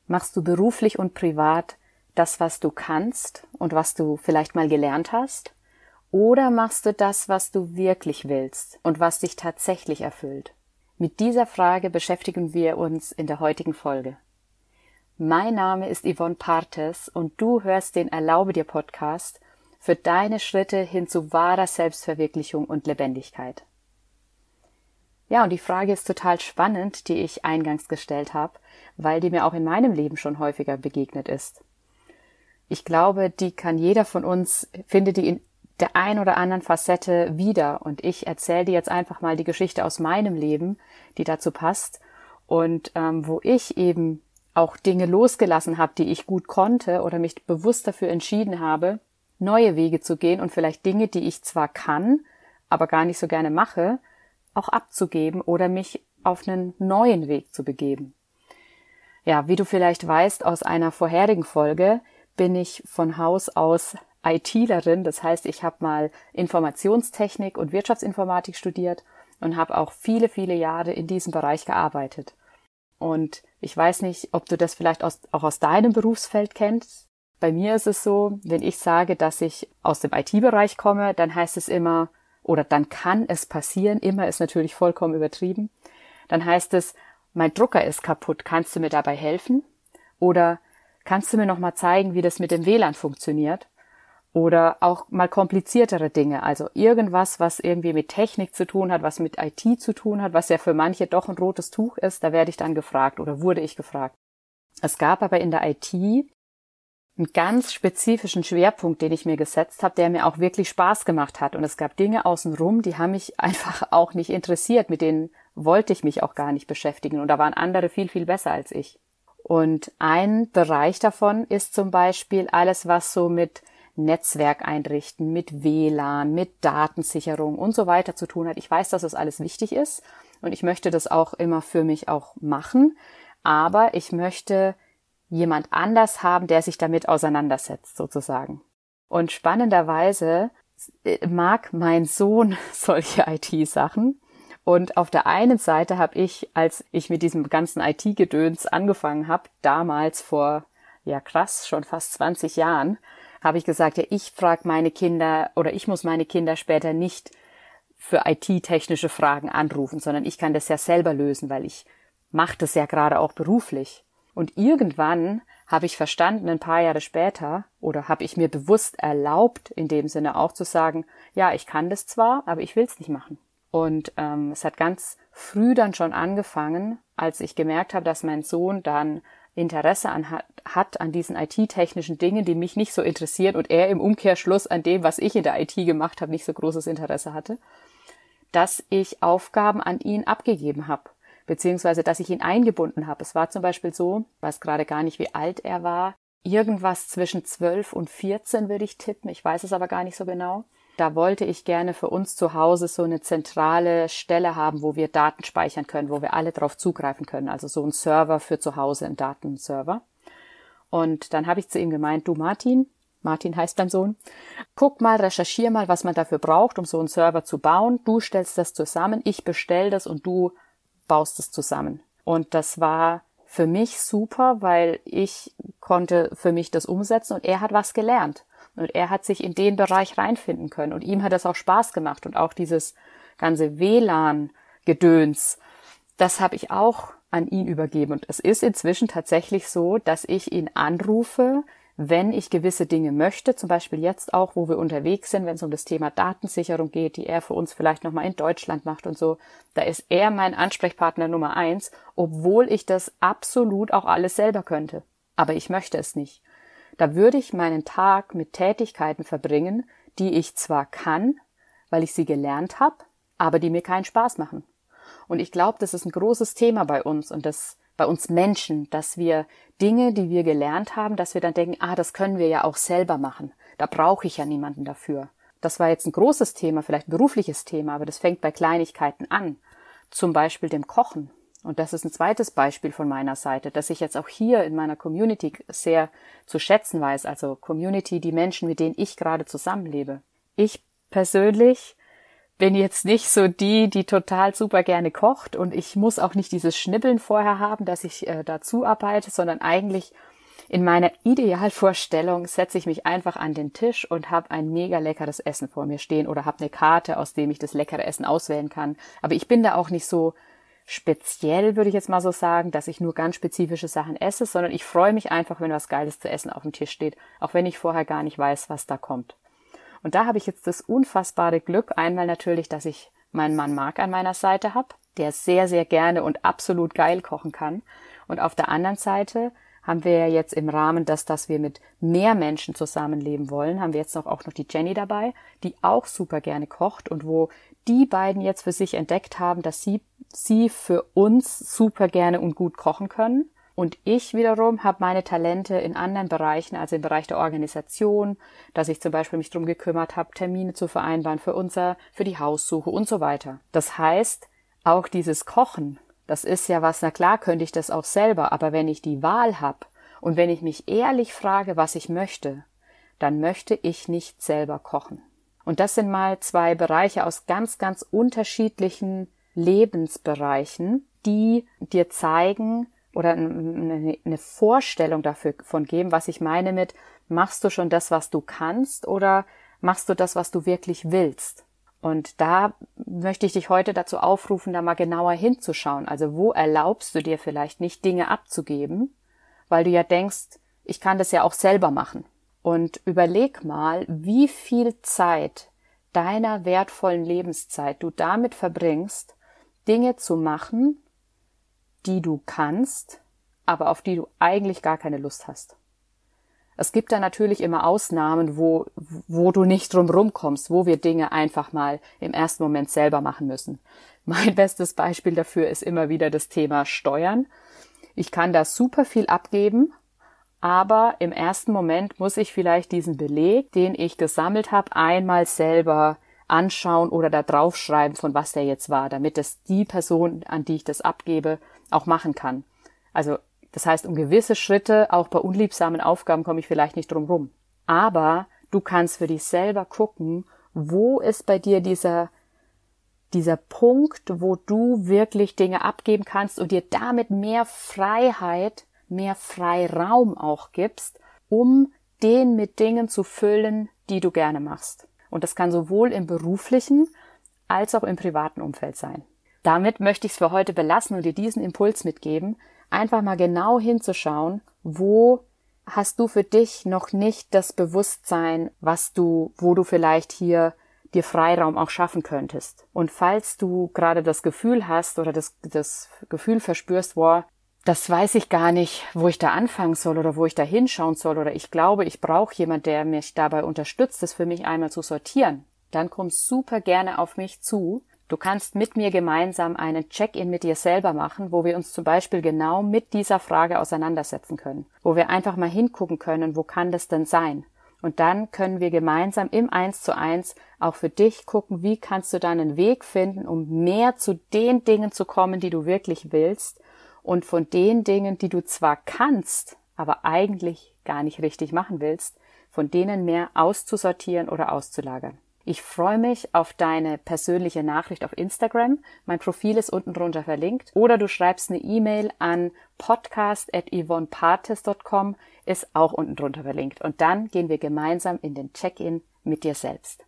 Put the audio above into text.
Machst du beruflich und privat das, was du kannst und was du vielleicht mal gelernt hast? Oder machst du das, was du wirklich willst und was dich tatsächlich erfüllt? Mit dieser Frage beschäftigen wir uns in der heutigen Folge. Mein Name ist Yvonne Partes und du hörst den Erlaube dir Podcast für deine Schritte hin zu wahrer Selbstverwirklichung und Lebendigkeit. Ja, und die Frage ist total spannend, die ich eingangs gestellt habe, weil die mir auch in meinem Leben schon häufiger begegnet ist. Ich glaube, die kann jeder von uns, findet die in der ein oder anderen Facette wieder. Und ich erzähle dir jetzt einfach mal die Geschichte aus meinem Leben, die dazu passt. Und wo ich eben auch Dinge losgelassen habe, die ich gut konnte oder mich bewusst dafür entschieden habe, neue Wege zu gehen und vielleicht Dinge, die ich zwar kann, aber gar nicht so gerne mache, auch abzugeben oder mich auf einen neuen Weg zu begeben. Ja, wie du vielleicht weißt aus einer vorherigen Folge, bin ich von Haus aus ITlerin, das heißt, ich habe mal Informationstechnik und Wirtschaftsinformatik studiert und habe auch viele, viele Jahre in diesem Bereich gearbeitet. Und ich weiß nicht, ob du das vielleicht auch aus deinem Berufsfeld kennst. Bei mir ist es so, wenn ich sage, dass ich aus dem IT-Bereich komme, dann heißt es immer, oder dann kann es passieren, immer ist natürlich vollkommen übertrieben, dann heißt es, mein Drucker ist kaputt, kannst du mir dabei helfen? Oder kannst du mir noch mal zeigen, wie das mit dem WLAN funktioniert? Oder auch mal kompliziertere Dinge, also irgendwas, was irgendwie mit Technik zu tun hat, was mit IT zu tun hat, was ja für manche doch ein rotes Tuch ist, da werde ich dann gefragt oder wurde ich gefragt. Es gab aber in der IT einen ganz spezifischen Schwerpunkt, den ich mir gesetzt habe, der mir auch wirklich Spaß gemacht hat. Und es gab Dinge außenrum, die haben mich einfach auch nicht interessiert, mit denen wollte ich mich auch gar nicht beschäftigen. Und da waren andere viel, viel besser als ich. Und ein Bereich davon ist zum Beispiel alles, was so mit Netzwerk einrichten, mit WLAN, mit Datensicherung und so weiter zu tun hat. Ich weiß, dass das alles wichtig ist und ich möchte das auch immer für mich auch machen, aber ich möchte jemand anders haben, der sich damit auseinandersetzt, sozusagen. Und spannenderweise mag mein Sohn solche IT-Sachen. Und auf der einen Seite habe ich, als ich mit diesem ganzen IT-Gedöns angefangen habe, damals vor, ja krass, schon fast 20 Jahren, habe ich gesagt, ja, ich frage meine Kinder oder ich muss meine Kinder später nicht für IT-technische Fragen anrufen, sondern ich kann das ja selber lösen, weil ich mache das ja gerade auch beruflich. Und irgendwann habe ich verstanden, ein paar Jahre später, oder habe ich mir bewusst erlaubt, in dem Sinne auch zu sagen, ja, ich kann das zwar, aber ich will es nicht machen. Und es hat ganz früh dann schon angefangen, als ich gemerkt habe, dass mein Sohn dann Interesse hat an diesen IT-technischen Dingen, die mich nicht so interessieren und er im Umkehrschluss an dem, was ich in der IT gemacht habe, nicht so großes Interesse hatte, dass ich Aufgaben an ihn abgegeben habe, beziehungsweise dass ich ihn eingebunden habe. Es war zum Beispiel so, ich weiß gerade gar nicht, wie alt er war, irgendwas zwischen 12 und 14 würde ich tippen, ich weiß es aber gar nicht so genau. Da wollte ich gerne für uns zu Hause so eine zentrale Stelle haben, wo wir Daten speichern können, wo wir alle drauf zugreifen können. Also so ein Server für zu Hause, ein Datenserver. Und dann habe ich zu ihm gemeint, du Martin heißt mein Sohn, guck mal, recherchier mal, was man dafür braucht, um so einen Server zu bauen. Du stellst das zusammen, ich bestell das und du baust es zusammen. Und das war für mich super, weil ich konnte für mich das umsetzen und er hat was gelernt. Und er hat sich in den Bereich reinfinden können. Und ihm hat das auch Spaß gemacht. Und auch dieses ganze WLAN-Gedöns, das habe ich auch an ihn übergeben. Und es ist inzwischen tatsächlich so, dass ich ihn anrufe, wenn ich gewisse Dinge möchte. Zum Beispiel jetzt auch, wo wir unterwegs sind, wenn es um das Thema Datensicherung geht, die er für uns vielleicht nochmal in Deutschland macht und so. Da ist er mein Ansprechpartner Nummer 1, obwohl ich das absolut auch alles selber könnte. Aber ich möchte es nicht. Da würde ich meinen Tag mit Tätigkeiten verbringen, die ich zwar kann, weil ich sie gelernt habe, aber die mir keinen Spaß machen. Und ich glaube, das ist ein großes Thema bei uns und das bei uns Menschen, dass wir Dinge, die wir gelernt haben, dass wir dann denken, das können wir ja auch selber machen. Da brauche ich ja niemanden dafür. Das war jetzt ein großes Thema, vielleicht ein berufliches Thema, aber das fängt bei Kleinigkeiten an. Zum Beispiel dem Kochen. Und das ist ein zweites Beispiel von meiner Seite, dass ich jetzt auch hier in meiner Community sehr zu schätzen weiß, also Community, die Menschen, mit denen ich gerade zusammenlebe. Ich persönlich bin jetzt nicht so die total super gerne kocht und ich muss auch nicht dieses Schnibbeln vorher haben, dass ich dazu arbeite, sondern eigentlich in meiner Idealvorstellung setze ich mich einfach an den Tisch und habe ein mega leckeres Essen vor mir stehen oder habe eine Karte, aus dem ich das leckere Essen auswählen kann. Aber ich bin da auch nicht so speziell, würde ich jetzt mal so sagen, dass ich nur ganz spezifische Sachen esse, sondern ich freue mich einfach, wenn was Geiles zu essen auf dem Tisch steht, auch wenn ich vorher gar nicht weiß, was da kommt. Und da habe ich jetzt das unfassbare Glück, einmal natürlich, dass ich meinen Mann Marc an meiner Seite habe, der sehr, sehr gerne und absolut geil kochen kann. Und auf der anderen Seite haben wir ja jetzt im Rahmen, dass wir mit mehr Menschen zusammenleben wollen, haben wir jetzt auch noch die Jenny dabei, die auch super gerne kocht und wo die beiden jetzt für sich entdeckt haben, dass sie für uns super gerne und gut kochen können. Und ich wiederum habe meine Talente in anderen Bereichen, also im Bereich der Organisation, dass ich zum Beispiel mich darum gekümmert habe, Termine zu vereinbaren für die Haussuche und so weiter. Das heißt, auch dieses Kochen, das ist ja was, na klar könnte ich das auch selber, aber wenn ich die Wahl habe und wenn ich mich ehrlich frage, was ich möchte, dann möchte ich nicht selber kochen. Und das sind mal zwei Bereiche aus ganz, ganz unterschiedlichen Lebensbereichen, die dir zeigen oder eine Vorstellung davon geben, was ich meine mit, machst du schon das, was du kannst oder machst du das, was du wirklich willst? Und da möchte ich dich heute dazu aufrufen, da mal genauer hinzuschauen. Also wo erlaubst du dir vielleicht nicht, Dinge abzugeben, weil du ja denkst, ich kann das ja auch selber machen. Und überleg mal, wie viel Zeit deiner wertvollen Lebenszeit du damit verbringst, Dinge zu machen, die du kannst, aber auf die du eigentlich gar keine Lust hast. Es gibt da natürlich immer Ausnahmen, wo du nicht drum rumkommst, wo wir Dinge einfach mal im ersten Moment selber machen müssen. Mein bestes Beispiel dafür ist immer wieder das Thema Steuern. Ich kann da super viel abgeben, aber im ersten Moment muss ich vielleicht diesen Beleg, den ich gesammelt habe, einmal selber anschauen oder da draufschreiben, von was der jetzt war, damit es die Person, an die ich das abgebe, auch machen kann. Also das heißt, um gewisse Schritte, auch bei unliebsamen Aufgaben, komme ich vielleicht nicht drum rum. Aber du kannst für dich selber gucken, wo ist bei dir dieser Punkt, wo du wirklich Dinge abgeben kannst und dir damit mehr Freiheit, mehr Freiraum auch gibst, um den mit Dingen zu füllen, die du gerne machst. Und das kann sowohl im beruflichen als auch im privaten Umfeld sein. Damit möchte ich es für heute belassen und dir diesen Impuls mitgeben, einfach mal genau hinzuschauen, wo hast du für dich noch nicht das Bewusstsein, wo du vielleicht hier dir Freiraum auch schaffen könntest. Und falls du gerade das Gefühl hast oder das Gefühl verspürst, boah, das weiß ich gar nicht, wo ich da anfangen soll oder wo ich da hinschauen soll oder ich glaube, ich brauche jemand, der mich dabei unterstützt, das für mich einmal zu sortieren, dann komm super gerne auf mich zu. Du kannst mit mir gemeinsam einen Check-in mit dir selber machen, wo wir uns zum Beispiel genau mit dieser Frage auseinandersetzen können, wo wir einfach mal hingucken können, wo kann das denn sein? Und dann können wir gemeinsam im 1:1 auch für dich gucken, wie kannst du dann einen Weg finden, um mehr zu den Dingen zu kommen, die du wirklich willst und von den Dingen, die du zwar kannst, aber eigentlich gar nicht richtig machen willst, von denen mehr auszusortieren oder auszulagern. Ich freue mich auf deine persönliche Nachricht auf Instagram. Mein Profil ist unten drunter verlinkt. Oder du schreibst eine E-Mail an podcast@yvonnepartes.com, ist auch unten drunter verlinkt. Und dann gehen wir gemeinsam in den Check-in mit dir selbst.